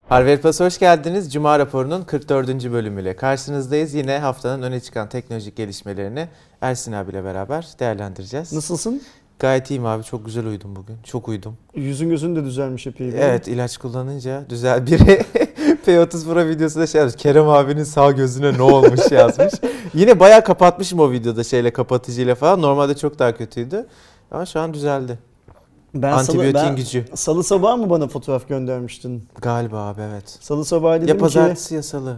Harvard Plus hoş geldiniz. Cuma raporunun 44. bölümüyle karşınızdayız. Yine haftanın öne çıkan teknolojik gelişmelerini Ersin abiyle beraber değerlendireceğiz. Nasılsın? Gayet iyiyim abi. Çok güzel uyudum bugün. Çok uyudum. Yüzün gözün de düzelmiş epey. Evet, ilaç kullanınca güzel. Biri P30 Pro videosunda şey yazmış. Kerem abinin sağ gözüne ne olmuş yazmış. Yine bayağı kapatmışım o videoda kapatıcıyla falan. Normalde çok daha kötüydü. Ama şu an düzeldi. Antibiyotiğin gücü. Salı sabahı mı bana fotoğraf göndermiştin? Galiba abi, evet. Salı sabahı dedim ya pazartesi ya salı.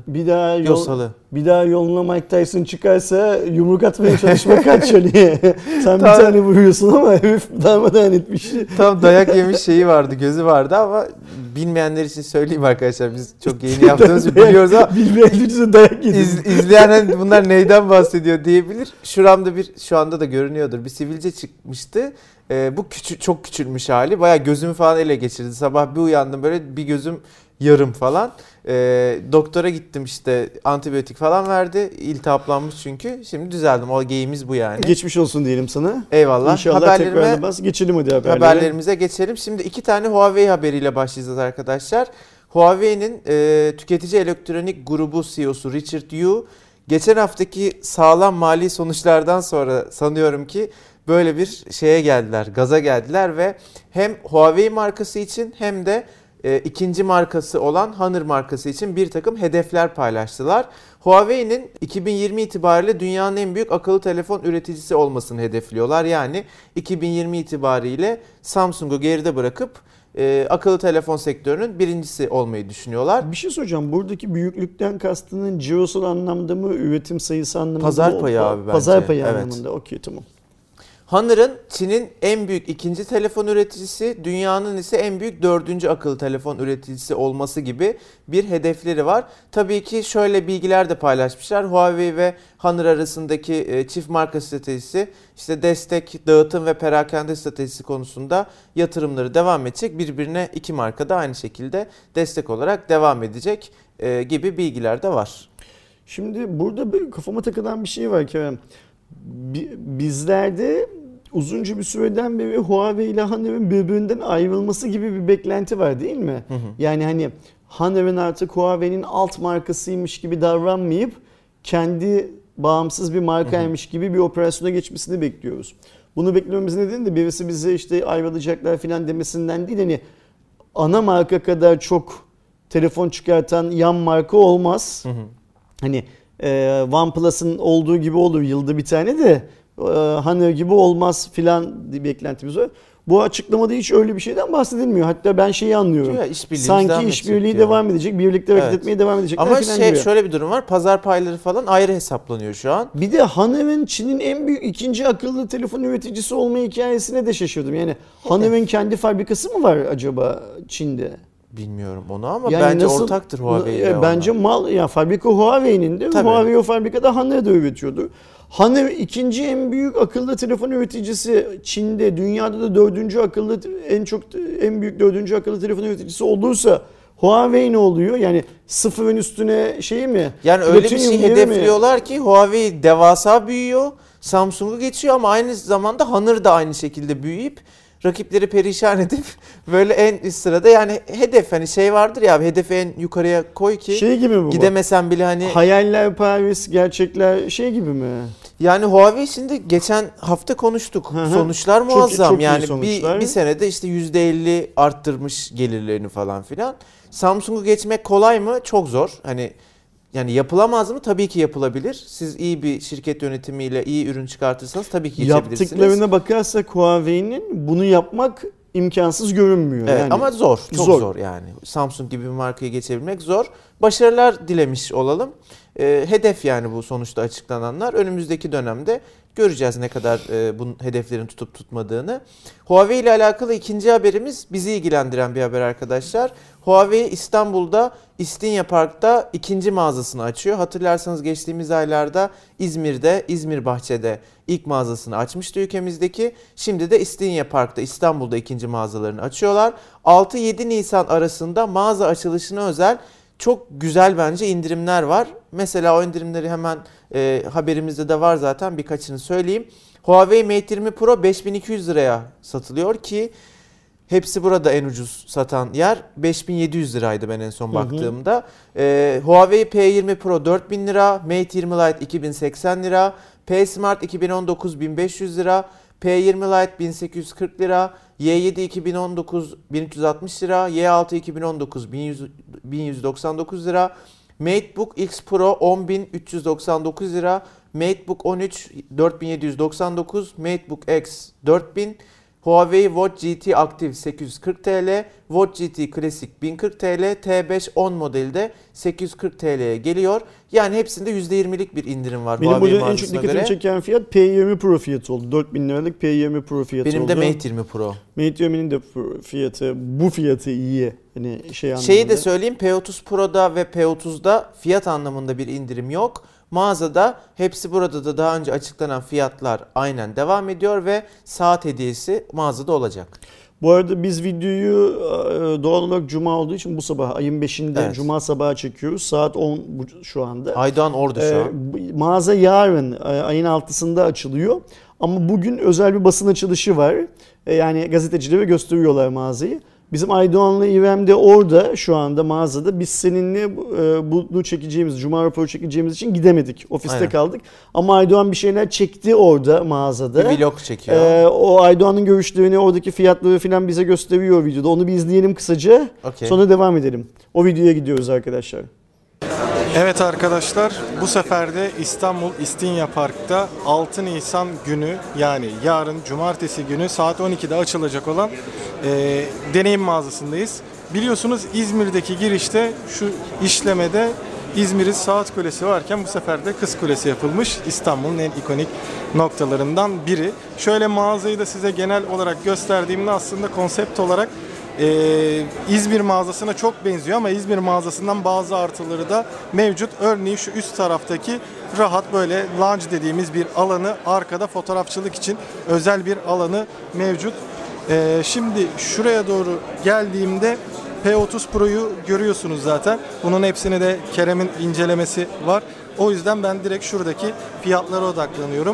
Bir daha yoluna Mike Tyson çıkarsa yumruk atmaya çalışma kaç niye? Sen bir tane vuruyorsun ama herif darmadağın etmiş. Tam dayak yemiş şeyi vardı, gözü vardı ama bilmeyenler için söyleyeyim arkadaşlar. Biz çok yeni yaptığımız için biliyoruz ama bilmeyenler için dayak yedim. İzleyen bunlar neyden bahsediyor diyebilir. Şuramda şu anda da görünüyordur. Bir sivilce çıkmıştı. Bu çok küçülmüş hali. Bayağı gözümü falan ele geçirdi. Sabah bir uyandım böyle bir gözüm yarım falan. Doktora gittim antibiyotik falan verdi. İltihaplanmış çünkü. Şimdi düzeldim. O geyiğimiz bu yani. Geçmiş olsun diyelim sana. Eyvallah. İnşallah tekrar geçelim hadi haberlerimize geçelim. Şimdi 2 tane Huawei haberiyle başlayacağız arkadaşlar. Huawei'nin tüketici elektronik grubu CEO'su Richard Yu geçen haftaki sağlam mali sonuçlardan sonra sanıyorum ki böyle bir gaza geldiler ve hem Huawei markası için hem de ikinci markası olan Honor markası için bir takım hedefler paylaştılar. Huawei'nin 2020 itibariyle dünyanın en büyük akıllı telefon üreticisi olmasını hedefliyorlar. Yani 2020 itibariyle Samsung'u geride bırakıp akıllı telefon sektörünün birincisi olmayı düşünüyorlar. Bir şey soracağım. Buradaki büyüklükten kastının cirosal anlamda mı, üretim sayısı anlamında mı? Pazar payı abi bence. Pazar payı anlamında. Okey, tamam. Honor'ın Çin'in en büyük ikinci telefon üreticisi, dünyanın ise en büyük dördüncü akıllı telefon üreticisi olması gibi bir hedefleri var. Tabii ki şöyle bilgiler de paylaşmışlar. Huawei ve Honor arasındaki çift marka stratejisi, destek, dağıtım ve perakende stratejisi konusunda yatırımları devam edecek. Birbirine iki marka da aynı şekilde destek olarak devam edecek gibi bilgiler de var. Şimdi burada kafama takılan bir şey var Kerem. Bizlerde uzunca bir süreden beri Huawei ile Honor'ın birbirinden ayrılması gibi bir beklenti var değil mi? Hı hı. Yani hani Honor'ın artık Huawei'nin alt markasıymış gibi davranmayıp kendi bağımsız bir markaymış gibi bir operasyona geçmesini bekliyoruz. Bunu beklememizin nedeni de birisi bize ayrılacaklar falan demesinden değil. Hani ana marka kadar çok telefon çıkartan yan marka olmaz. Hı hı. Hani OnePlus'ın olduğu gibi olur yılda bir tane de Honor gibi olmaz filan diye beklentimiz var. Bu açıklamada hiç öyle bir şeyden bahsedilmiyor. Hatta ben şeyi anlıyorum. Sanki işbirliği devam edecek, birlikte hareket etmeye devam edecekler ama filan diyor. Şöyle bir durum var. Pazar payları falan ayrı hesaplanıyor şu an. Bir de Honor'ın Çin'in en büyük ikinci akıllı telefon üreticisi olma hikayesine de şaşırdım. Yani Honor'ın kendi fabrikası mı var acaba Çin'de? Bilmiyorum onu ama yani bence ortaktır Huawei ile. Bence fabrika Huawei'nin de Huawei o fabrikada Honor'da üretiyordu. Honor ikinci en büyük akıllı telefon üreticisi Çin'de, dünyada da en büyük dördüncü akıllı telefon üreticisi olursa Huawei ne oluyor? Yani sıfırın üstüne mi? Yani öyle bir şey hedefliyorlar ki Huawei devasa büyüyor, Samsung'u geçiyor ama aynı zamanda Honor da aynı şekilde büyüyüp rakipleri perişan edip böyle en üst sırada, yani hedef vardır ya abi, hedefi en yukarıya koy ki gibi mi gidemesen bile hayaller Paris, gerçekler gibi mi? Yani Huawei şimdi geçen hafta konuştuk. Sonuçlar muazzam. Çok yani bir senede %50 arttırmış gelirlerini falan filan. Samsung'u geçmek kolay mı? Çok zor. Yani yapılamaz mı? Tabii ki yapılabilir. Siz iyi bir şirket yönetimiyle iyi ürün çıkartırsanız tabii ki geçebilirsiniz. Yaptıklarına bakarsak Huawei'nin bunu yapmak imkansız görünmüyor. Evet, ama zor. Çok zor yani. Samsung gibi bir markayı geçebilmek zor. Başarılar dilemiş olalım. Hedef yani bu sonuçta açıklananlar. Önümüzdeki dönemde göreceğiz ne kadar bunun hedeflerin tutup tutmadığını. Huawei ile alakalı ikinci haberimiz bizi ilgilendiren bir haber arkadaşlar. Huawei İstanbul'da İstinye Park'ta ikinci mağazasını açıyor. Hatırlarsanız geçtiğimiz aylarda İzmir'de, İzmir Bahçe'de ilk mağazasını açmıştı ülkemizdeki. Şimdi de İstinye Park'ta, İstanbul'da ikinci mağazalarını açıyorlar. 6-7 Nisan arasında mağaza açılışına özel çok güzel bence indirimler var. Mesela o indirimleri hemen haberimizde de var zaten, birkaçını söyleyeyim. Huawei Mate 20 Pro 5200 liraya satılıyor ki Hepsi burada en ucuz satan yer 5700 liraydı ben en son baktığımda. Huawei P20 Pro 4000 lira, Mate 20 Lite 2080 lira, P Smart 2019 1500 lira, P20 Lite 1840 lira, Y7 2019 1360 lira, Y6 2019 1199 lira, MateBook X Pro 10399 lira, MateBook 13 4799, MateBook X 4000, Huawei Watch GT Active 840 TL, Watch GT Classic 1040 TL, T5 10 modeli de 840 TL'ye geliyor. Yani hepsinde %20'lik bir indirim var. Benim Huawei burada en çok dikkatimi çeken fiyat P20 Pro fiyatı oldu. 4000 liralık P20 Pro fiyatı Benim oldu. de Mate 20 Pro. Mate 20'nin de fiyatı, bu fiyatı iyi. Hani Şeyi de söyleyeyim, P30 Pro'da ve P30'da fiyat anlamında bir indirim yok. Mağazada hepsi burada da daha önce açıklanan fiyatlar aynen devam ediyor ve saat hediyesi mağazada olacak. Bu arada biz videoyu doğal olarak Cuma olduğu için bu sabah ayın 5'inde Evet. Cuma sabahı çekiyoruz. Saat 10 şu anda. Aydoğan orada şu an. Mağaza yarın ayın 6'sında açılıyor. Ama bugün özel bir basın açılışı var. Yani gazetecilere gösteriyorlar mağazayı. Bizim Aydoğan'la İrem de orada şu anda mağazada. Biz seninle bunu çekeceğimiz, Cuma raporu çekeceğimiz için gidemedik. Ofiste Aynen. kaldık. Ama Aydoğan bir şeyler çekti orada mağazada. Bir vlog çekiyor. O Aydoğan'ın görüşlerini, oradaki fiyatları falan bize gösteriyor videoda. Onu bir izleyelim kısaca. Okay. Sonra devam edelim. O videoya gidiyoruz arkadaşlar. Evet arkadaşlar, bu sefer de İstanbul İstinye Park'ta 6 Nisan günü, yani yarın cumartesi günü saat 12'de açılacak olan deneyim mağazasındayız. Biliyorsunuz İzmir'deki girişte şu işlemede İzmir'in Saat Kulesi varken bu sefer de Kız Kulesi yapılmış. İstanbul'un en ikonik noktalarından biri. Şöyle mağazayı da size genel olarak gösterdiğimde aslında konsept olarak İzmir mağazasına çok benziyor ama İzmir mağazasından bazı artıları da mevcut. Örneğin şu üst taraftaki rahat böyle lounge dediğimiz bir alanı, arkada fotoğrafçılık için özel bir alanı mevcut. Şimdi şuraya doğru geldiğimde P30 Pro'yu görüyorsunuz zaten. Bunun hepsini de Kerem'in incelemesi var. O yüzden ben direkt şuradaki fiyatlara odaklanıyorum.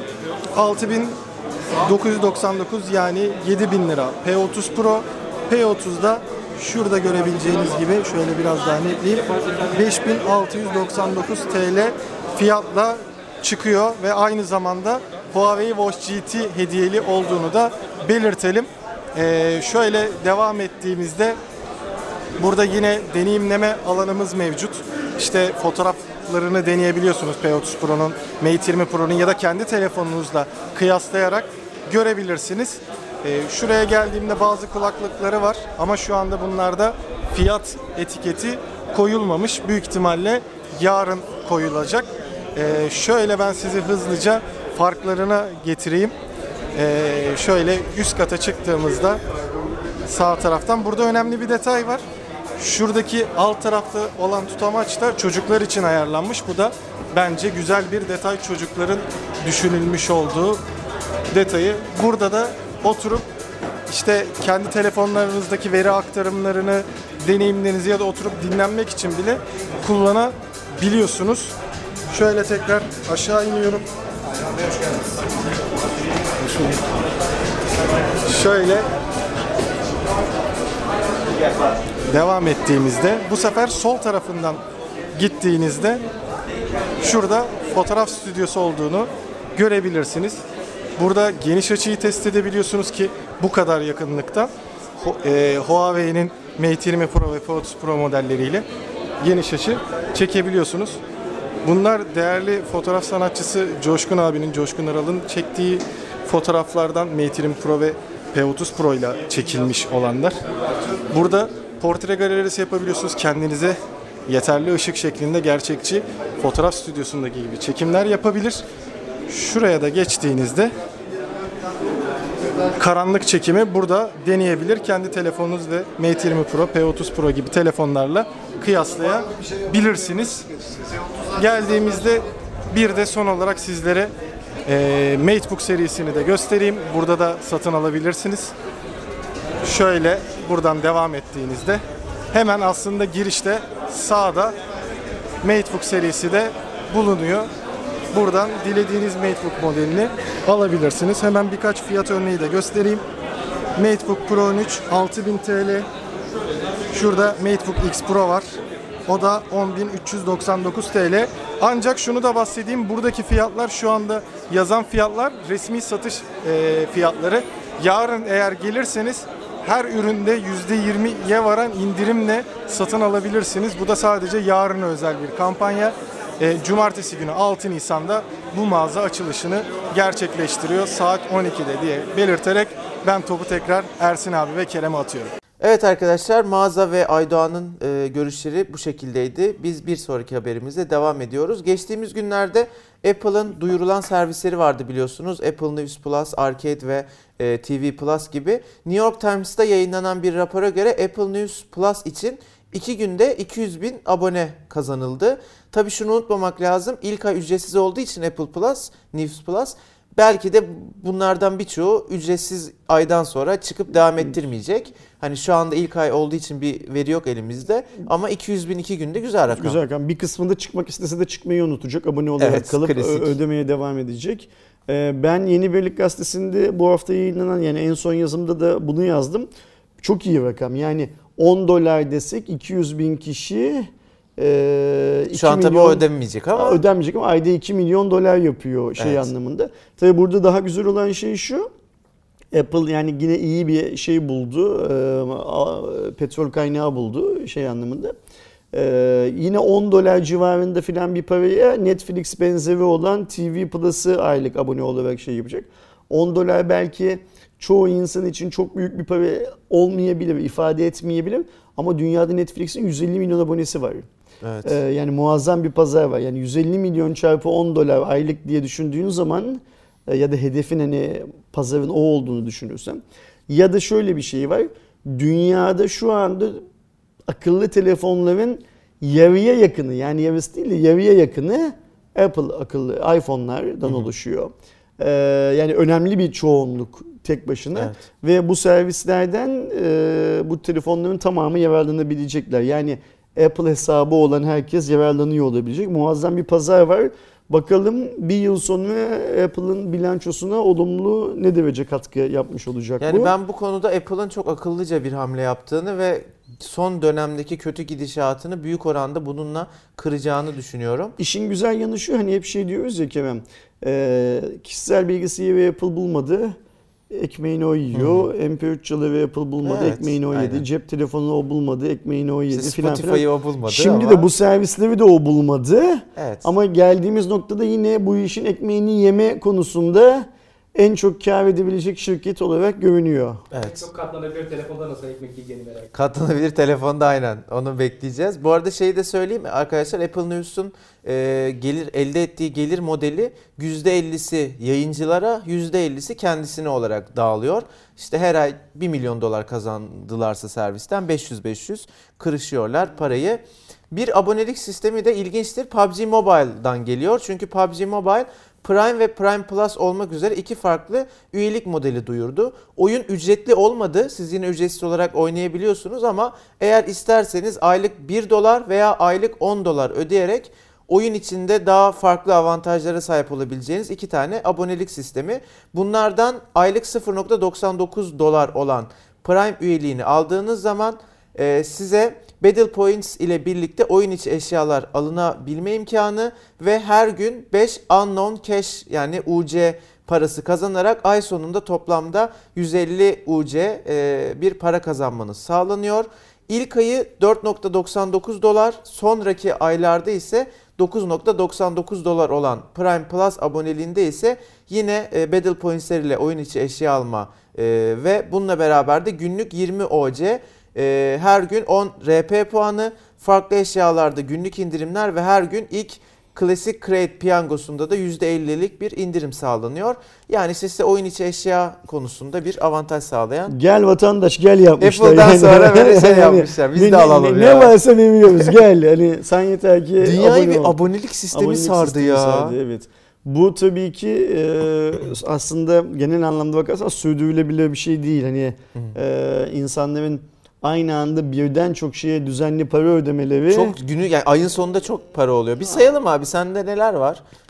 6999 yani 7000 lira P30 Pro. P30'da şurada görebileceğiniz gibi şöyle biraz daha netleyeyim. 5699 TL fiyatla çıkıyor ve aynı zamanda Huawei Watch GT hediyeli olduğunu da belirtelim. Şöyle devam ettiğimizde burada yine deneyimleme alanımız mevcut. İşte fotoğraflarını deneyebiliyorsunuz P30 Pro'nun, Mate 20 Pro'nun ya da kendi telefonunuzla kıyaslayarak görebilirsiniz. Şuraya geldiğimde bazı kulaklıkları var ama şu anda bunlarda fiyat etiketi koyulmamış. Büyük ihtimalle yarın koyulacak. Şöyle ben sizi hızlıca farklarına getireyim. Şöyle üst kata çıktığımızda sağ taraftan burada önemli bir detay var. Şuradaki alt tarafta olan tutamaç da çocuklar için ayarlanmış. Bu da bence güzel bir detay, çocukların düşünülmüş olduğu detayı. Burada da oturup işte kendi telefonlarınızdaki veri aktarımlarını, deneyimlerinizi ya da oturup dinlenmek için bile kullanabiliyorsunuz. Şöyle tekrar aşağı iniyorum. Şöyle devam ettiğimizde bu sefer sol tarafından gittiğinizde şurada fotoğraf stüdyosu olduğunu görebilirsiniz. Burada geniş açıyı test edebiliyorsunuz ki bu kadar yakınlıkta Huawei'nin Mate 20 Pro ve P30 Pro modelleriyle geniş açı çekebiliyorsunuz. Bunlar değerli fotoğraf sanatçısı Coşkun abinin, Coşkun Aral'ın çektiği fotoğraflardan Mate 20 Pro ve P30 Pro ile çekilmiş olanlar. Burada portre galerisi yapabiliyorsunuz. Kendinize yeterli ışık şeklinde gerçekçi fotoğraf stüdyosundaki gibi çekimler yapabilir. Şuraya da geçtiğinizde karanlık çekimi burada deneyebilir. Kendi telefonunuz ve Mate 20 Pro, P30 Pro gibi telefonlarla kıyaslayabilirsiniz. Geldiğimizde bir de son olarak sizlere MateBook serisini de göstereyim. Burada da satın alabilirsiniz. Şöyle buradan devam ettiğinizde hemen aslında girişte sağda MateBook serisi de bulunuyor. Buradan dilediğiniz MateBook modelini alabilirsiniz. Hemen birkaç fiyat örneği de göstereyim. MateBook Pro 13 6000 TL. Şurada MateBook X Pro var. O da 10.399 TL. Ancak şunu da bahsedeyim. Buradaki fiyatlar şu anda yazan fiyatlar resmi satış fiyatları. Yarın eğer gelirseniz her üründe %20'ye varan indirimle satın alabilirsiniz. Bu da sadece yarına özel bir kampanya. Cumartesi günü 6 Nisan'da bu mağaza açılışını gerçekleştiriyor. Saat 12'de diye belirterek ben topu tekrar Ersin abi ve Kerem'e atıyorum. Evet arkadaşlar, mağaza ve Aydoğan'ın görüşleri bu şekildeydi. Biz bir sonraki haberimize devam ediyoruz. Geçtiğimiz günlerde Apple'ın duyurulan servisleri vardı biliyorsunuz. Apple News Plus, Arcade ve TV Plus gibi. New York Times'ta yayınlanan bir rapora göre Apple News Plus için 2 günde 200.000 abone kazanıldı. Tabii şunu unutmamak lazım. İlk ay ücretsiz olduğu için Apple Plus, News Plus, belki de bunlardan birçoğu ücretsiz aydan sonra çıkıp devam ettirmeyecek. Hani şu anda ilk ay olduğu için bir veri yok elimizde ama 200.000 2 günde güzel rakam. Güzel rakam. Bir kısmında çıkmak istese de çıkmayı unutacak. Abone olarak kalıp ödemeye devam edecek. Ben Yeni Birlik Gazetesi'nde bu hafta yayınlanan, yani en son yazımda da bunu yazdım. Çok iyi rakam. Yani $10 desek 200.000 kişi şu an tabii o ödenmeyecek ama. Ödenmeyecek ama ayda $2 milyon yapıyor evet, anlamında. Tabii burada daha güzel olan şey şu. Apple yani yine iyi bir şey buldu. Petrol kaynağı buldu anlamında. Yine $10 civarında filan bir paraya Netflix benzeri olan TV Plus'ı aylık abone olarak yapacak. $10 belki çoğu insan için çok büyük bir para olmayabilir, ifade etmeyebilir. Ama dünyada Netflix'in 150 milyon abonesi var. Evet. Yani muazzam bir pazar var. Yani 150 milyon çarpı $10 aylık diye düşündüğün zaman ya da hedefin hani pazarın o olduğunu düşünürsen, ya da şöyle bir şey var. Dünyada şu anda akıllı telefonların yarıya yakını, yani yarısı değil de yarıya yakını Apple akıllı iPhone'lardan oluşuyor. Yani önemli bir çoğunluk tek başına, evet, ve bu servislerden bu telefonların tamamı yararlanabilecekler. Yani Apple hesabı olan herkes yararlanıyor olabilecek. Muazzam bir pazar var. Bakalım bir yıl sonra Apple'ın bilançosuna olumlu ne derece katkı yapmış olacak yani bu? Ben bu konuda Apple'ın çok akıllıca bir hamle yaptığını ve son dönemdeki kötü gidişatını büyük oranda bununla kıracağını düşünüyorum. İşin güzel yanı şu, hani hep diyoruz ya Kerem, kişisel bilgisayarı Apple bulmadı, ekmeğini o yiyor. MP3 çaları Apple bulmadı, evet, ekmeğini o yedi. Aynen. Cep telefonu o bulmadı, ekmeğini o yedi. Spotify'ı o bulmadı. Şimdi ama de bu servisleri de o bulmadı. Evet. Ama geldiğimiz noktada yine bu işin ekmeğini yeme konusunda en çok kâr edebilecek şirket olarak görünüyor. Evet. Çok katlanabilir telefonda nasıl ekmek yiyeceğini merak ediyorum. Katlanabilir telefonda aynen. Onu bekleyeceğiz. Bu arada de söyleyeyim arkadaşlar, Apple News'un elde ettiği gelir modeli %50'si yayıncılara, %50'si kendisine olarak dağılıyor. İşte her ay $1 milyon kazandılarsa servisten 500 kırışıyorlar parayı. Bir abonelik sistemi de ilginçtir. PUBG Mobile'dan geliyor. Çünkü PUBG Mobile Prime ve Prime Plus olmak üzere 2 farklı üyelik modeli duyurdu. Oyun ücretli olmadı. Siz yine ücretsiz olarak oynayabiliyorsunuz ama eğer isterseniz aylık $1 veya aylık $10 ödeyerek oyun içinde daha farklı avantajlara sahip olabileceğiniz 2 tane abonelik sistemi. Bunlardan aylık $0.99 olan Prime üyeliğini aldığınız zaman size Battle Points ile birlikte oyun içi eşyalar alınabilme imkanı ve her gün 5 Unknown Cash yani UC parası kazanarak ay sonunda toplamda 150 UC bir para kazanmanız sağlanıyor. İlk ayı $4.99, sonraki aylarda ise $9.99 olan Prime Plus aboneliğinde ise yine Battle Points ile oyun içi eşya alma ve bununla beraber de günlük 20 OC, her gün 10 RP puanı, farklı eşyalarda günlük indirimler ve her gün ilk Classic Crate piyangosunda da %50'lik bir indirim sağlanıyor. Yani size oyun içi eşya konusunda bir avantaj sağlayan. Gel vatandaş gel yapmışlar. Apple'dan yani sonra böyle yapmışlar. Biz de alalım ya. Ne varsa veriyoruz gel. Hani sen yeter ki dünyayı bir abonelik sistemi sardı ya. Evet. Bu tabii ki aslında genel anlamda bakarsan sürdürülebilir bir şey değil. Hani insanların aynı anda birden çok şeye düzenli para ödemeleri. Çok günü yani ayın sonunda çok para oluyor. Bir sayalım abi, sende neler var?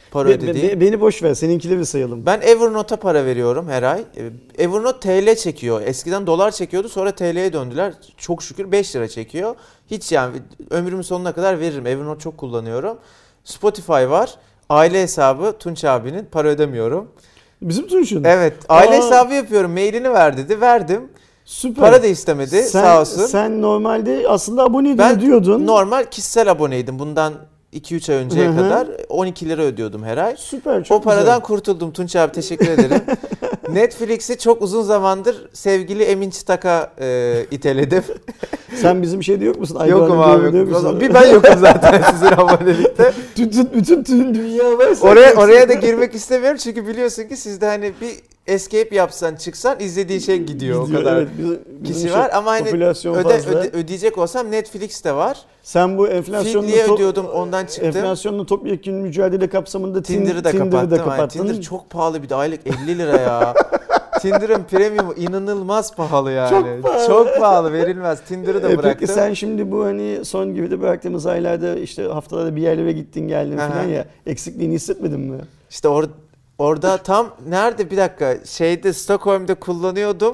para ödediğim. Beni boş ver, seninkileri sayalım. Ben Evernote'a para veriyorum her ay. Evernote TL çekiyor. Eskiden dolar çekiyordu, sonra TL'ye döndüler. Çok şükür 5 lira çekiyor. Hiç yani ömrümün sonuna kadar veririm. Evernote çok kullanıyorum. Spotify var. Aile hesabı Tunç abinin, para ödemiyorum. Bizim Tunç'un. Evet, aile hesabı yapıyorum. Mailini ver dedi. Verdim. Süper. Para da istemedi, sağ olsun. Sen normalde aslında aboneydin diyordun. Ben normal kişisel aboneydim. Bundan 2-3 ay önceye kadar 12 lira ödüyordum her ay. Süper, çok o paradan güzel. kurtuldum Tunç abi, teşekkür ederim. Netflix'i çok uzun zamandır sevgili Emin Çıtak'a iteledim. Sen bizim şeyde yok musun? Yokum abi. Yok. Bir ben yokum zaten sizin abonelikte. Bütün dünya var. Oraya da girmek istemiyorum çünkü biliyorsun ki sizde hani bir escape yapsan çıksan izlediği şey gidiyor. O kadar evet, bizim kişi var ama hani ödeyecek olsam Netflix'te var. Sen bu enflasyonla ödüyordum, ondan çıktım. Enflasyonla topyekun mücadele kapsamında Tinder'ı da kapattın. Tinder çok pahalı, bir de aylık 50 lira ya. Tinder'ın premiumu inanılmaz pahalı yani. Çok pahalı, verilmez. Tinder'ı da bıraktım. Peki sen şimdi bu hani son gibi de bıraktığımız aylarda işte haftalarda bir yerlere gittin geldin falan ya, eksikliğini hissetmedin mi? İşte orada tam nerede, bir dakika, Stockholm'da kullanıyordum.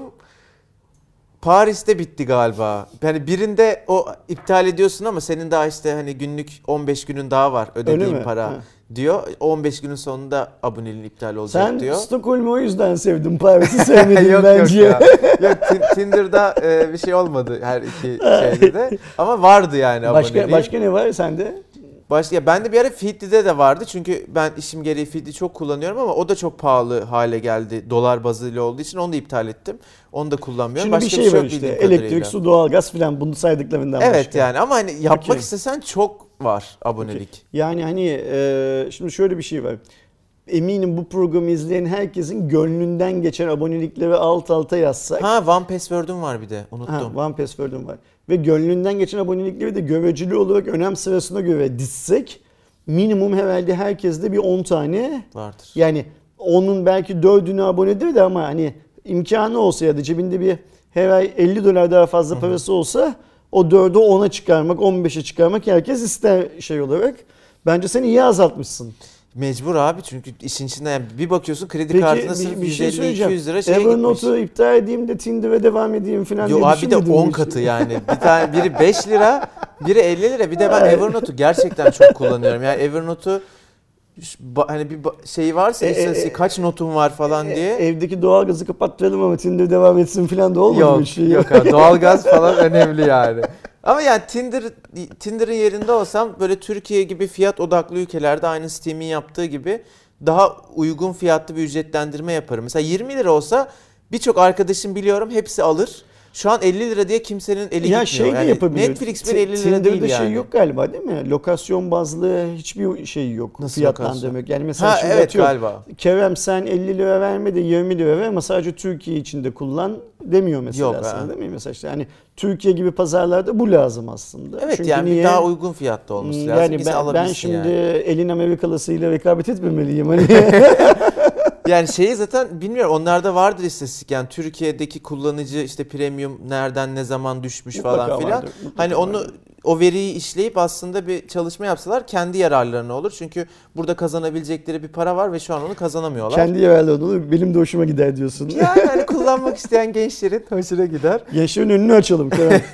Paris'te bitti galiba. Yani birinde o iptal ediyorsun ama senin daha işte hani günlük 15 günün daha var ödediğin para diyor. 15 günün sonunda aboneliğin iptal olacak diyor. Sen Stockholm'u o yüzden sevdin, Paris'i sevmedin yok, bence. Yok Tinder'da bir şey olmadı her iki şeyde de. Ama vardı yani aboneliği. Başka ne var sende? Ben de bir ara Feedly'de de vardı çünkü ben işim gereği Feedly çok kullanıyorum ama o da çok pahalı hale geldi dolar bazıyla olduğu için, onu da iptal ettim. Onu da kullanmıyorum. Şimdi başka bir şey var yok işte, elektrik, su, doğalgaz filan, bunu saydıklarından başka. Evet yani ama hani yapmak istesen çok var abonelik. Yani hani şimdi şöyle bir şey var. Eminim bu programı izleyen herkesin gönlünden geçen abonelikleri alt alta yazsak. One Password'um var bir de, unuttum. One Password'um var. Ve gönlünden geçen abonelikleri de göreceli olarak önem sırasına göre dizsek minimum herhalde herkeste bir 10 tane vardır. Yani onun belki 4'üne abonedir de ama hani imkanı olsa ya da cebinde bir her ay $50 daha fazla parası olsa o 4'ü 10'a çıkarmak, 15'e çıkarmak herkes ister şey olarak. Bence sen iyi azaltmışsın. Mecbur abi, çünkü işin içinde yani bir bakıyorsun kredi kartına sırf 150-200 lira şey Evernote'u iptal edeyim de Tinder'e devam edeyim falan diye abi de 10 katı yani. Bir tane biri 5 lira, biri 50 lira. Bir de ben Evernote'u gerçekten çok kullanıyorum. Yani Evernote'u hani bir şeyi varsa kaç notum var falan diye. Evdeki doğalgazı kapattıralım ama Tinder devam etsin falan da olmadı bir şey. Yok abi, doğalgaz falan önemli yani. Ama yani Tinder'ın yerinde olsam böyle Türkiye gibi fiyat odaklı ülkelerde aynı Steam'in yaptığı gibi daha uygun fiyatlı bir ücretlendirme yaparım. Mesela 20 lira olsa birçok arkadaşım biliyorum hepsi alır. Şu an 50 lira diye kimsenin eli gitmiyor. Şey de yapabilir. Netflix bir 50 lira Tinder'da değil yani. şey yok galiba değil mi? Lokasyon bazlı hiçbir şey yok. Nasıl fiyatlandırmak. Yani mesela şimdi evet galiba. Kerem sen 50 lira verme de 20 lira ver ama sadece Türkiye içinde kullan demiyor mesela. Yok, sana değil mi? Mesela işte yani Türkiye gibi pazarlarda bu lazım aslında. Evet. Çünkü yani niye? Daha uygun fiyatta olması lazım. Yani ben şimdi elin Amerikalısıyla rekabet etmemeliyim. Hani. Yani zaten bilmiyorum, onlarda vardır istatistik yani Türkiye'deki kullanıcı işte premium nereden ne zaman düşmüş falan filan. Hani o veriyi işleyip aslında bir çalışma yapsalar kendi yararlarına olur. Çünkü burada kazanabilecekleri bir para var ve şu an onu kazanamıyorlar. Kendi yararlarına olur. Benim de hoşuma gider diyorsun. Yani kullanmak isteyen gençlerin hoşuna gider. Gençlerin önünü açalım.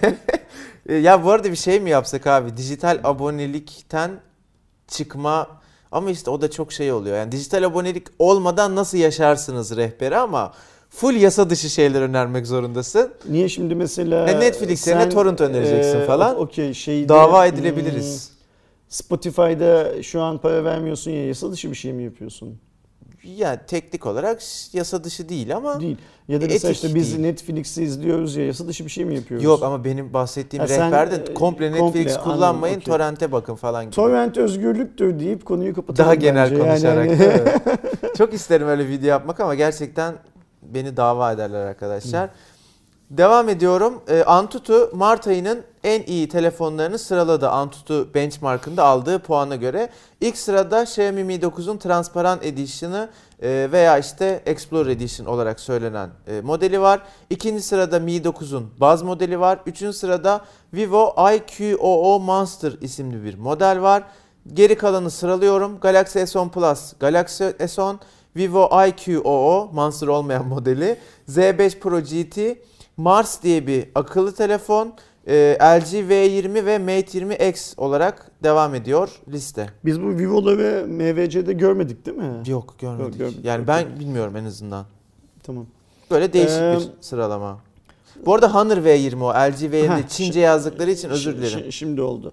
Ya bu arada bir şey mi yapsak abi? Dijital abonelikten çıkma. Ama işte o da çok şey oluyor. Yani dijital abonelik olmadan nasıl yaşarsınız rehberi, ama full yasa dışı şeyler önermek zorundasın. Niye şimdi mesela Netflix yerine torrent önereceksin falan. Şeyde, dava edilebiliriz. Spotify'da şu an para vermiyorsun ya, yasa dışı bir şey mi yapıyorsun? Yani teknik olarak yasa dışı değil ama değil. Ya da mesela işte biz Netflix'i izliyoruz ya, yasa dışı bir şey mi yapıyoruz? Yok ama benim bahsettiğim rehberde komple Netflix kullanmayın, okay. Torrent'e bakın falan gibi. Torrent özgürlüktür deyip konuyu kapatalım. Daha genel bence. konuşarak. Çok isterim öyle video yapmak ama gerçekten beni dava ederler arkadaşlar. Devam ediyorum. Antutu Mart ayının en iyi telefonlarını sıraladı. Antutu benchmark'ında aldığı puana göre. İlk sırada Xiaomi Mi 9'un transparan edition'ı veya işte Explorer Edition olarak söylenen modeli var. İkinci sırada Mi 9'un baz modeli var. Üçüncü sırada Vivo IQOO Monster isimli bir model var. Geri kalanı sıralıyorum. Galaxy S10 Plus, Galaxy S10, Vivo IQ00 Monster olmayan modeli, Z5 Pro GT, Mars diye bir akıllı telefon, LG V20 ve Mate 20X olarak devam ediyor liste. Biz bu Vivo'ları MVC'de görmedik değil mi? Yok, görmedik. Görmedik. Yani ben bilmiyorum en azından. Tamam. Böyle değişik bir sıralama. Bu arada Honor V20 o. LG V20 Çince yazdıkları için özür dilerim. Şimdi oldu.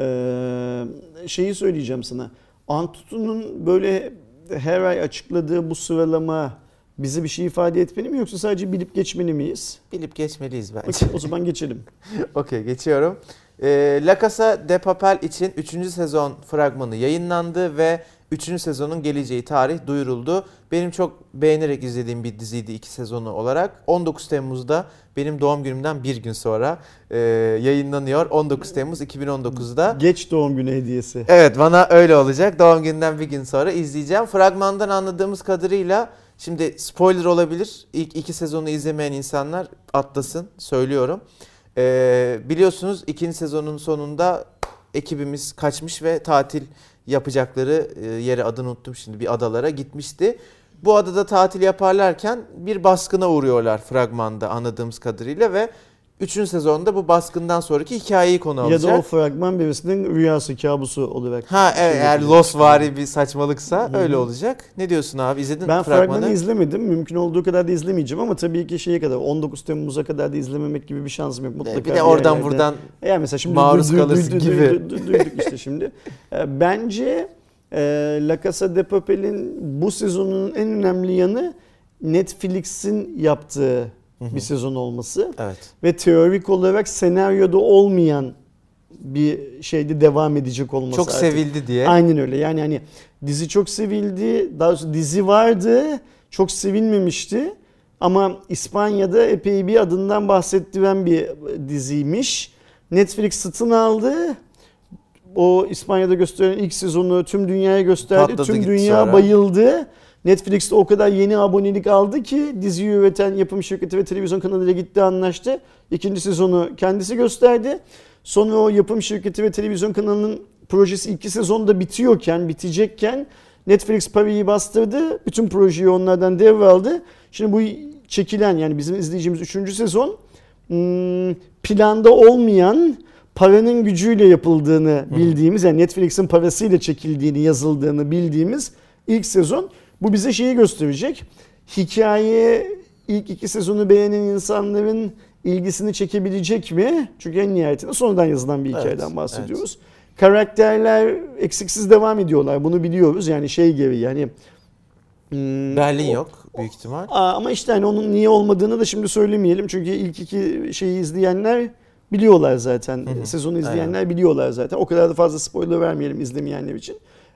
Şeyi söyleyeceğim sana. Antutu'nun böyle her ay açıkladığı bu sıralama bize bir şey ifade etmeli mi yoksa sadece bilip geçmeli miyiz? Bilip geçmeliyiz bence. Okay, o zaman geçelim. Okey, geçiyorum. La Casa de Papel için 3. sezon fragmanı yayınlandı ve 3. sezonun geleceği tarih duyuruldu. Benim çok beğenerek izlediğim bir diziydi 2 sezonu olarak. 19 Temmuz'da benim doğum günümden bir gün sonra yayınlanıyor. 19 Temmuz 2019'da. Geç doğum günü hediyesi. Evet, bana öyle olacak. Doğum günden bir gün sonra izleyeceğim. Fragmandan anladığımız kadarıyla, şimdi spoiler olabilir. İlk 2 sezonu izlemeyen insanlar atlasın, söylüyorum. Biliyorsunuz 2. sezonun sonunda ekibimiz kaçmış ve tatil yapacakları yere, adını unuttum şimdi, bir adalara gitmişti. Bu adada tatil yaparlarken bir baskına uğruyorlar fragmanda anladığımız kadarıyla ve 3. sezonda bu baskından sonraki hikayeyi konu alacak. Ya da o fragman birisinin rüyası, kabusu olarak. Ha evet, eğer Lostvari bir saçmalıksa öyle olacak. Ne diyorsun abi? İzledin mi ben fragmanı? Ben fragmanı izlemedim. Mümkün olduğu kadar da izlemeyeceğim ama tabii ki şeye kadar 19 Temmuz'a kadar da izlememek gibi bir şansım yok. Mutlaka bir de oradan buradan yani mesela şimdi maruz kalırsın gibi. Duyduk işte şimdi. Bence La Casa de Papel'in bu sezonun en önemli yanı Netflix'in yaptığı bir sezon olması. Evet. Ve teorik olarak senaryoda olmayan bir şeyde devam edecek olması. Çok artık sevildi diye. Aynen öyle. Yani hani dizi çok sevildi. Daha doğrusu dizi vardı. Çok sevilmemişti. Ama İspanya'da epey bir adından bahsettiren bir diziymiş. Netflix satın aldı. O İspanya'da gösteren ilk sezonu tüm dünyaya gösterdi. Patladı, tüm gitti dünya sonra. Bayıldı. Netflix'te o kadar yeni abonelik aldı ki diziyi üreten yapım şirketi ve televizyon kanalıyla gitti, anlaştı. 2. sezonu kendisi gösterdi. Sonra o yapım şirketi ve televizyon kanalının projesi 2 sezonda bitecekken Netflix parayı bastırdı. Bütün projeyi onlardan devraldı. Şimdi bu çekilen, yani bizim izleyeceğimiz 3. sezon planda olmayan, paranın gücüyle yapıldığını bildiğimiz, yani Netflix'in parasıyla çekildiğini, yazıldığını bildiğimiz ilk sezon. Bu bize şeyi gösterecek. Hikaye ilk 2 sezonu beğenen insanların ilgisini çekebilecek mi? Çünkü en nihayetinde sonradan yazılan bir hikayeden bahsediyoruz. Evet. Karakterler eksiksiz devam ediyorlar. Bunu biliyoruz. Yani şey gibi, yani Berlin yok büyük ihtimal. Ama işte hani onun niye olmadığını da şimdi söylemeyelim. Çünkü ilk 2 şeyi izleyenler biliyorlar zaten. Sezonu izleyenler biliyorlar zaten. O kadar da fazla spoiler vermeyelim izlemeyenler için.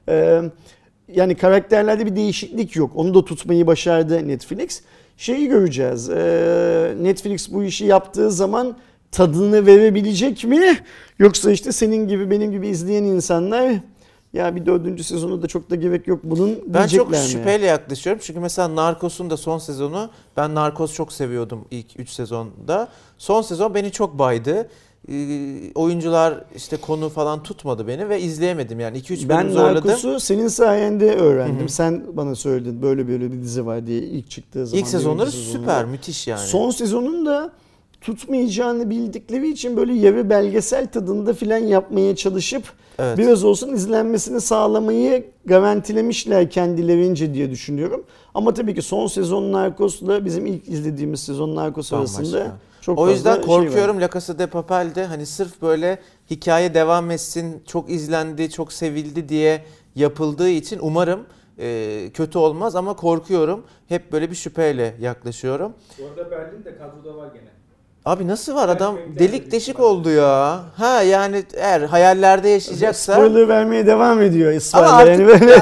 Yani karakterlerde bir değişiklik yok. Onu da tutmayı başardı Netflix. Şeyi göreceğiz. Netflix bu işi yaptığı zaman tadını verebilecek mi? Yoksa işte senin gibi benim gibi izleyen insanlar, ya bir 4. sezonu da çok da gerek yok bunun diyecekler mi? Ben çok şüpheyle yaklaşıyorum. Çünkü mesela Narcos'un da son sezonu, ben Narcos çok seviyordum ilk 3 sezonda. Son sezon beni çok baydı. Oyuncular işte konu falan tutmadı beni ve izleyemedim, yani 2-3 bölüm zorladım. Ben Narcos'u senin sayende öğrendim. Sen bana söyledin böyle bir dizi var diye ilk çıktığı zaman. İlk sezonları süper, müthiş yani. Son sezonun da tutmayacağını bildikleri için böyle yarı belgesel tadında filan yapmaya çalışıp biraz olsun izlenmesini sağlamayı garantilemişler kendilerince diye düşünüyorum. Ama tabii ki son sezon Narcos'la bizim ilk izlediğimiz sezon Narcos arasında çok fazla. O yüzden korkuyorum La Casa de Papel'de hani sırf böyle hikaye devam etsin, çok izlendi, çok sevildi diye yapıldığı için umarım kötü olmaz ama korkuyorum. Hep böyle bir şüpheyle yaklaşıyorum. Bu arada Berlin de kadroda var gene. Abi nasıl var, adam delik deşik oldu ya. Ha yani eğer hayallerde yaşayacaksa. Spoiler vermeye devam ediyor İsrail'de. Yani böyle.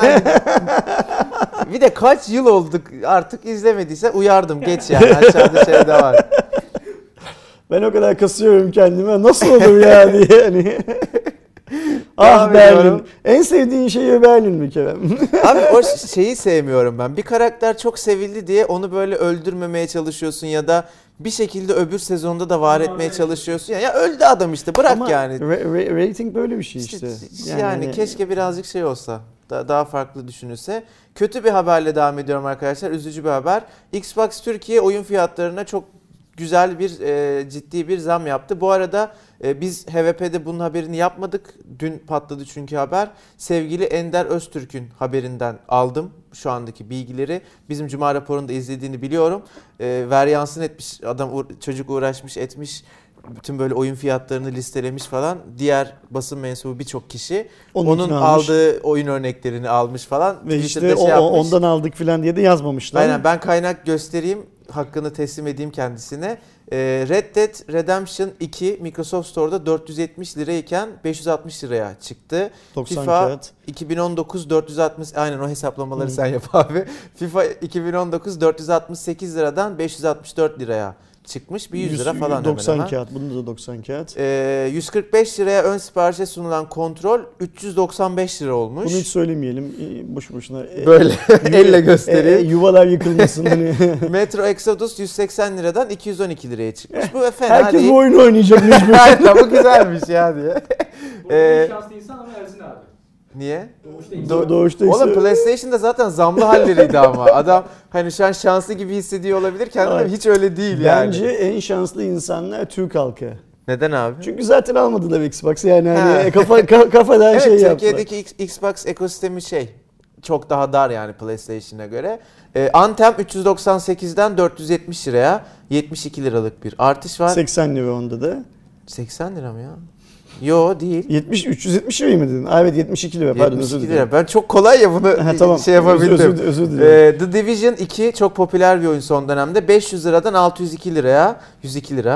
Bir de kaç yıl olduk artık, izlemediyse uyardım, geç yani, aşağıda şey de var. Ben o kadar kasıyorum kendime, nasıl olur ya diye hani. Ah Berlin. En sevdiğin şey Berlin mi Kerem? Abi o şeyi sevmiyorum ben. Bir karakter çok sevildi diye onu böyle öldürmemeye çalışıyorsun ya da bir şekilde öbür sezonda da var etmeye çalışıyorsun. Ya öldü adam işte, bırak Ama yani. Rating böyle bir şey işte. Yani keşke birazcık şey olsa. Daha farklı düşünülse. Kötü bir haberle devam ediyorum arkadaşlar. Üzücü bir haber. Xbox Türkiye oyun fiyatlarına çok güzel bir ciddi bir zam yaptı. Bu arada biz HVP'de bunun haberini yapmadık. Dün patladı çünkü haber. Sevgili Ender Öztürk'ün haberinden aldım şu andaki bilgileri. Bizim Cuma raporunu da izlediğini biliyorum. Veryansın etmiş adam, çocuk uğraşmış etmiş. Bütün böyle oyun fiyatlarını listelemiş falan. Diğer basın mensubu birçok kişi onun aldığı oyun örneklerini almış falan. Ve işte ondan aldık falan diye de yazmamışlar. Aynen, ben kaynak göstereyim. Hakkını teslim edeyim kendisine. Red Dead Redemption 2 Microsoft Store'da 470 lirayken 560 liraya çıktı. 90 FIFA kağıt. 2019 460, aynen o hesaplamaları sen yap abi. FIFA 2019 468 liradan 564 liraya çıkmış. Bir 100 lira falan 90 hemen. kağıt. Bunda da 90 kağıt. 145 liraya ön siparişe sunulan kontrol 395 lira olmuş. Bunu hiç söylemeyelim. Boşu boşuna. Böyle elle göstereyim. Yuvalar yıkılmasın. Hani. Metro Exodus 180 liradan 212 liraya çıkmış. Bu fena Herkes değil. bu oyunu oynayacak mecbur. Aynen, bu güzelmiş ya diye. Bu en şanslı insan ama Ersin abi. Niye? Doğuşta Oğlum PlayStation'da zaten zamlı halleriydi ama. Adam hani şu an şanslı gibi hissediyor olabilir kendini ama hiç öyle değil yani. Bence en şanslı insanlar Türk halkı. Neden abi? Çünkü zaten almadılar Xbox yani hani kafadan evet, şey yaptılar. Türkiye'deki Xbox ekosistemi çok daha dar yani PlayStation'a göre. Anthem 398'den 470 liraya 72 liralık bir artış var. 80 lira onda da. 80 lira mı ya? Yo değil. 370 lira mı dedin? Evet 72 lira pardon, 72 lira. Ben çok kolay ya bunu tamam. şey yapabildim. Özür dilerim. The Division 2 çok popüler bir oyun son dönemde. 500 liradan 602 liraya 102 lira.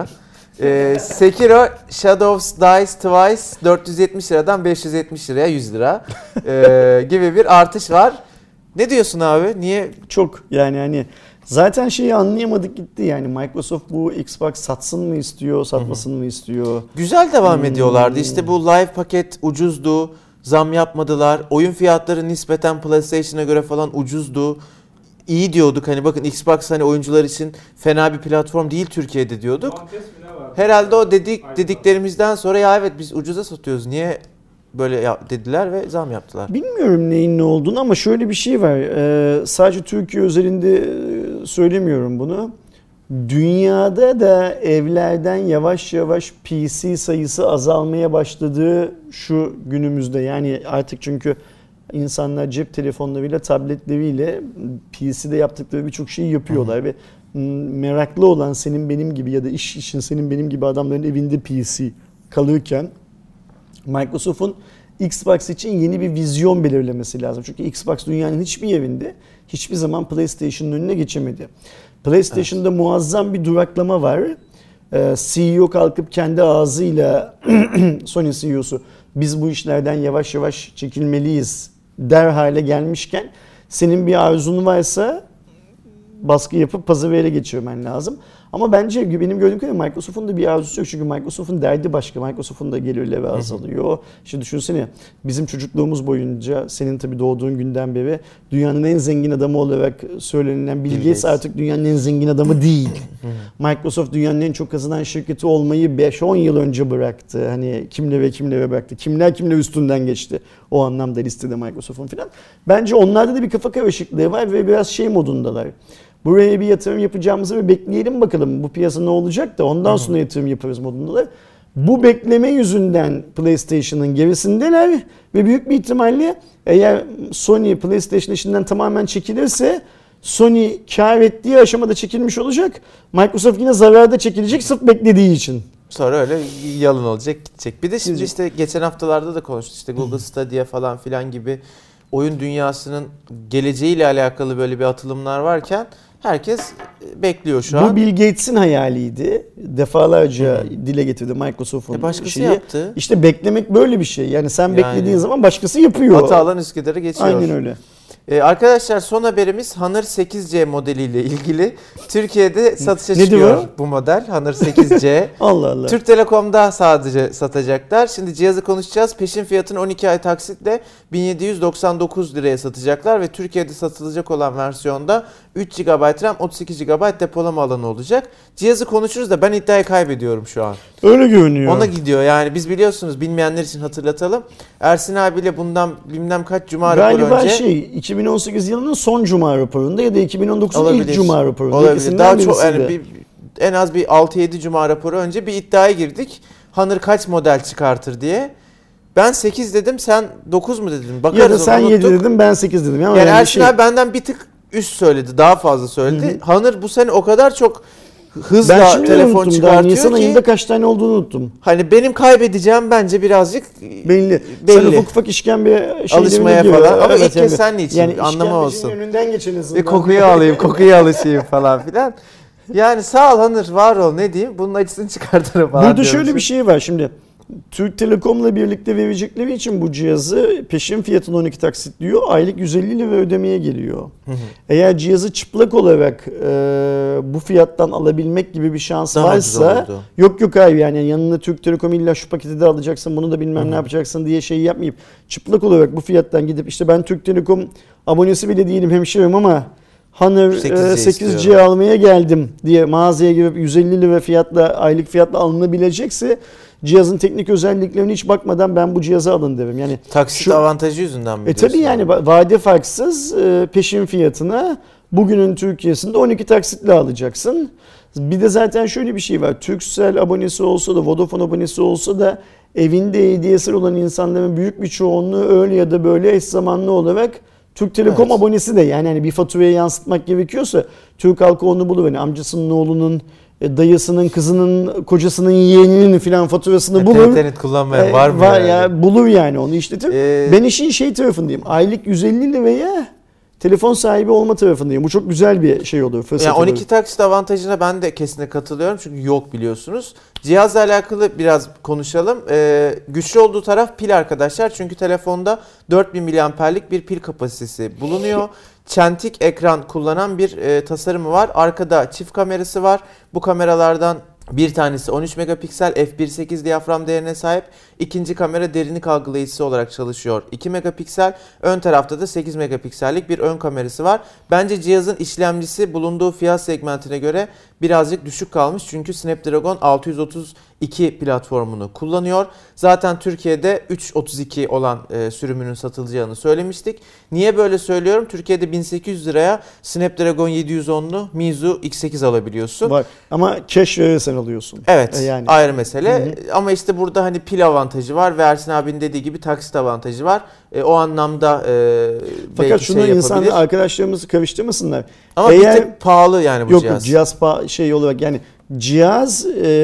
Sekiro Shadows Dies Twice 470 liradan 570 liraya 100 lira gibi bir artış var. Ne diyorsun abi? Niye? Çok yani hani zaten şeyi anlayamadık gitti yani Microsoft bu Xbox satsın mı istiyor, satmasın mı istiyor? Güzel devam ediyorlardı. İşte bu live paket ucuzdu. Zam yapmadılar. Oyun fiyatları nispeten PlayStation'a göre falan ucuzdu. İyi diyorduk hani bakın Xbox hani oyuncular için fena bir platform değil Türkiye'de diyorduk. Herhalde o dediklerimizden sonra ya evet biz ucuza satıyoruz niye böyle dediler ve zam yaptılar. Bilmiyorum neyin ne olduğunu ama şöyle bir şey var. Sadece Türkiye özelinde söylemiyorum bunu. Dünyada da evlerden yavaş yavaş PC sayısı azalmaya başladığı şu günümüzde. Yani artık çünkü insanlar cep telefonlarıyla, tabletleriyle PC'de yaptıkları birçok şeyi yapıyorlar ve meraklı olan senin benim gibi ya da iş için senin benim gibi adamların evinde PC kalırken Microsoft'un Xbox için yeni bir vizyon belirlemesi lazım. Çünkü Xbox dünyanın hiçbir yerinde hiçbir zaman PlayStation'ın önüne geçemedi. PlayStation'da muazzam bir duraklama var. CEO kalkıp kendi ağzıyla Sony CEO'su biz bu işlerden yavaş yavaş çekilmeliyiz der hale gelmişken senin bir arzun varsa baskı yapıp pazarı ele geçirmen lazım. Ama bence benim gördüğüm kadarıyla Microsoft'un da bir arzusu yok. Çünkü Microsoft'un derdi başka. Microsoft'un da gelirleri azalıyor. İşte düşünsene bizim çocukluğumuz boyunca senin tabii doğduğun günden beri dünyanın en zengin adamı olarak söylenilen Bill Gates artık dünyanın en zengin adamı değil. Microsoft dünyanın en çok kazanan şirketi olmayı 5-10 yıl önce bıraktı. Hani kimlere bıraktı. Kimler üstünden geçti. O anlamda listede Microsoft'un falan. Bence onlarda da bir kafa karışıklığı var ve biraz şey modundalar. Buraya bir yatırım yapacağımızı bir bekleyelim bakalım bu piyasa ne olacak da ondan sonra yatırım yaparız modundalar. Bu bekleme yüzünden PlayStation'ın gerisindeler ve büyük bir ihtimalle eğer Sony PlayStation işinden tamamen çekilirse Sony kar ettiği aşamada çekilmiş olacak. Microsoft yine zararda çekilecek sırf beklediği için. Sonra öyle yalın olacak gidecek. Bir de şimdi işte geçen haftalarda da konuştuk işte Google Stadia falan filan gibi oyun dünyasının geleceğiyle alakalı böyle bir atılımlar varken herkes bekliyor şu an. Bu Bill Gates'in hayaliydi. Defalarca dile getirdi Microsoft'un başkası şeyi. yaptı. İşte beklemek böyle bir şey. Yani sen beklediğin zaman başkası yapıyor. Atı alan Üsküdar'ı geçiyor. Aynen öyle. Arkadaşlar son haberimiz Honor 8C modeliyle ilgili. Türkiye'de satışa çıkıyor bu model Honor 8C. Allah Allah. Türk Telekom'da sadece satacaklar. Şimdi cihazı konuşacağız. Peşin fiyatını 12 ay taksitle 1799 liraya satacaklar ve Türkiye'de satılacak olan versiyonda 3 GB RAM, 32 GB depolama alanı olacak. Cihazı konuşuruz da ben iddiayı kaybediyorum şu an. Öyle görünüyor. Ona gidiyor yani, biz biliyorsunuz, bilmeyenler için hatırlatalım. Ersin abiyle bundan bilmem kaç cuma raporu önce. Galiba 2018 yılının son cuma raporunda ya da 2019'un olabilir, ilk cuma raporunda. Olabilir. Daha çok yani en az bir 6-7 cuma raporu önce bir iddiaya girdik. Honor kaç model çıkartır diye. Ben 8 dedim, sen 9 mu dedin? Bakarız, ya da sen 7 dedin, ben 8 dedim. Yani Ersin abi benden bir tık üst söyledi, daha fazla söyledi. Honor bu sene o kadar çok hızla telefon çıkartıyor Nisan ki. ayında kaç tane olduğunu unuttum. Hani benim kaybedeceğim bence birazcık belli. Sen ufak işkembe alışmaya falan. Ama ilk kez yani. sen niçin? Yani anlama olsun. Önünden geçen hızından. Kokuyu alayım, kokuya alışayım falan filan. Yani sağ ol Honor, var ol, ne diyeyim. Bunun acısını çıkartırım falan. Burada şöyle bir şey var şimdi. Türk Telekom'la birlikte verecekleri için bu cihazı peşin fiyatını 12 taksit diyor. Aylık 150 lira ödemeye geliyor. Eğer cihazı çıplak olarak bu fiyattan alabilmek gibi bir şans daha varsa, yok hayır, yani yanına Türk Telekom illa şu paketi de alacaksın, bunu da bilmem ne yapacaksın diye şey yapmayıp çıplak olarak bu fiyattan gidip işte ben Türk Telekom abonesi bile değilim hemşerim ama Honor 8C almaya geldim diye mağazaya girip 150 lira fiyatla, aylık fiyatla alınabilecekse cihazın teknik özelliklerine hiç bakmadan ben bu cihazı alın derim. Yani taksit avantajı yüzünden mi diyorsun? Tabii yani vade farksız peşin fiyatına bugünün Türkiye'sinde 12 taksitle alacaksın. Bir de zaten şöyle bir şey var. Turkcell abonesi olsa da, Vodafone abonesi olsa da evinde ADSL olan insanların büyük bir çoğunluğu öyle ya da böyle eş zamanlı olarak Türk Telekom abonesi de, yani hani bir faturaya yansıtmak gerekiyorsa Türk halkı onu bulur. Yani amcasının oğlunun, dayısının, kızının, kocasının, yeğeninin filan faturasını bulur. İnternet kullanmayan var mı? Var ya, bulur yani, onu işletir. Ben işin tarafındayım. Aylık 150 liraya telefon sahibi olma tarafındayım. Bu çok güzel bir şey olur. Yani 12 taksit avantajına ben de kesinlikle katılıyorum. Çünkü yok, biliyorsunuz. Cihazla alakalı biraz konuşalım. Güçlü olduğu taraf pil arkadaşlar. Çünkü telefonda 4000 mAh'lik bir pil kapasitesi bulunuyor. Çentik ekran kullanan bir tasarımı var. Arkada çift kamerası var. Bu kameralardan bir tanesi 13 megapiksel f1.8 diyafram değerine sahip. İkinci kamera derinlik algılayıcısı olarak çalışıyor. 2 megapiksel. Ön tarafta da 8 megapiksellik bir ön kamerası var. Bence cihazın işlemcisi bulunduğu fiyat segmentine göre birazcık düşük kalmış. Çünkü Snapdragon 632 platformunu kullanıyor. Zaten Türkiye'de 332 olan sürümünün satılacağını söylemiştik. Niye böyle söylüyorum? Türkiye'de 1800 liraya Snapdragon 710'lu Meizu X8 alabiliyorsun. Var. Ama cash verirsen alıyorsun. Evet. Yani ayrı mesele. Ama işte burada hani pil avantajı var ve Ersin abinin dediği gibi taksit avantajı var. O anlamda fakat şunu insan arkadaşlarımız karıştırmasınlar. Ama bir tık pahalı yani bu cihaz. Yok, cihaz olarak yani cihaz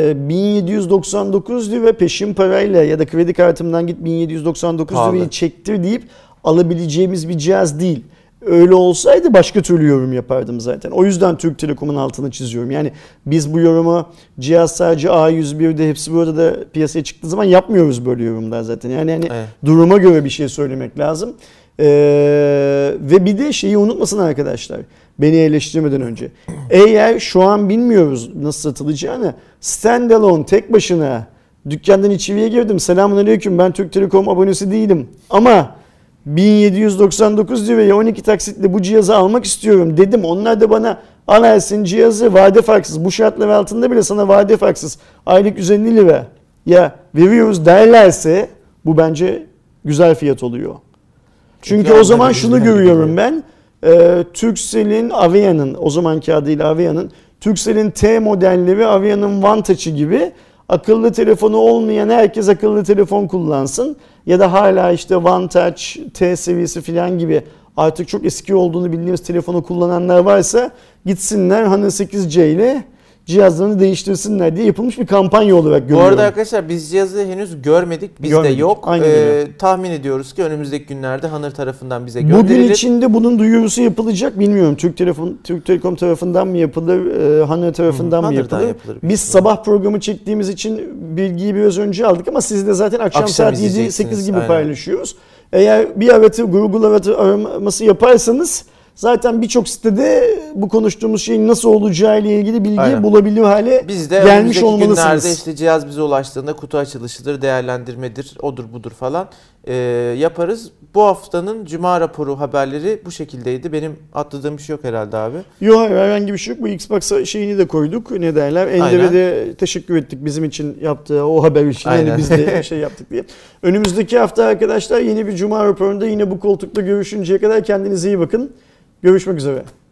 1799 lira peşin parayla ya da kredi kartımdan git 1799 lirayı çektir deyip alabileceğimiz bir cihaz değil. Öyle olsaydı başka türlü yorum yapardım zaten. O yüzden Türk Telekom'un altını çiziyorum. Yani biz bu yorumu cihaz sadece A101'de hepsi burada da piyasaya çıktığı zaman yapmıyoruz böyle yorumlar zaten. Yani duruma göre bir şey söylemek lazım. Ve bir de şeyi unutmasın arkadaşlar. Beni eleştirmeden önce. Eğer şu an bilmiyoruz nasıl satılacağını, standalone tek başına dükkandan içeriye girdim. Selamünaleyküm, ben Türk Telekom abonesi değilim. Ama 1799 liraya 12 taksitle bu cihazı almak istiyorum dedim. Onlar da bana al Ersin cihazı vade farksız. Bu şartlar altında bile sana vade farksız. Aylık 150 lira ya veriyoruz derlerse bu bence güzel fiyat oluyor. Çünkü o zaman şunu görüyorum ben. Turkcell'in Avea'nın, o zamanki adıyla Avea'nın, Turkcell'in T modelleri Avea'nın Vantage'ı gibi akıllı telefonu olmayan herkes akıllı telefon kullansın. Ya da hala işte Vantage, T seviyesi falan gibi artık çok eski olduğunu bildiğimiz telefonu kullananlar varsa gitsinler Honor 8C ile cihazlarını değiştirsinler diye yapılmış bir kampanya olarak görüyorum. Bu arada arkadaşlar biz cihazı henüz görmedik. Bizde yok. Tahmin ediyoruz ki önümüzdeki günlerde Honor tarafından bize gönderilir. Bugün içinde bunun duyurusu yapılacak. Bilmiyorum Türk Telekom tarafından mı yapılır, Honor tarafından mı yapılır? Biz sabah programı çektiğimiz için bilgiyi biraz önce aldık ama siz de zaten akşam saat 7-8 gibi paylaşıyoruz. Eğer bir Google araması yaparsanız Zaten birçok sitede bu konuştuğumuz şeyin nasıl olacağı ile ilgili bilgiyi Aynen. bulabilir hale Biz de gelmiş önümüzdeki günlerde olmalısınız. işte cihaz bize ulaştığında kutu açılışıdır, değerlendirmedir, odur budur falan yaparız. Bu haftanın Cuma raporu haberleri bu şekildeydi. Benim atladığım bir şey yok herhalde abi. Yok hayır, herhangi bir şey yok. Bu Xbox şeyini de koyduk. Ne derler? Ender'e de teşekkür ettik bizim için yaptığı o haber için. Aynen. Yani biz de şey yaptık diye. Önümüzdeki hafta arkadaşlar yeni bir Cuma raporunda yine bu koltukta görüşünceye kadar kendinize iyi bakın. Görüşmek üzere.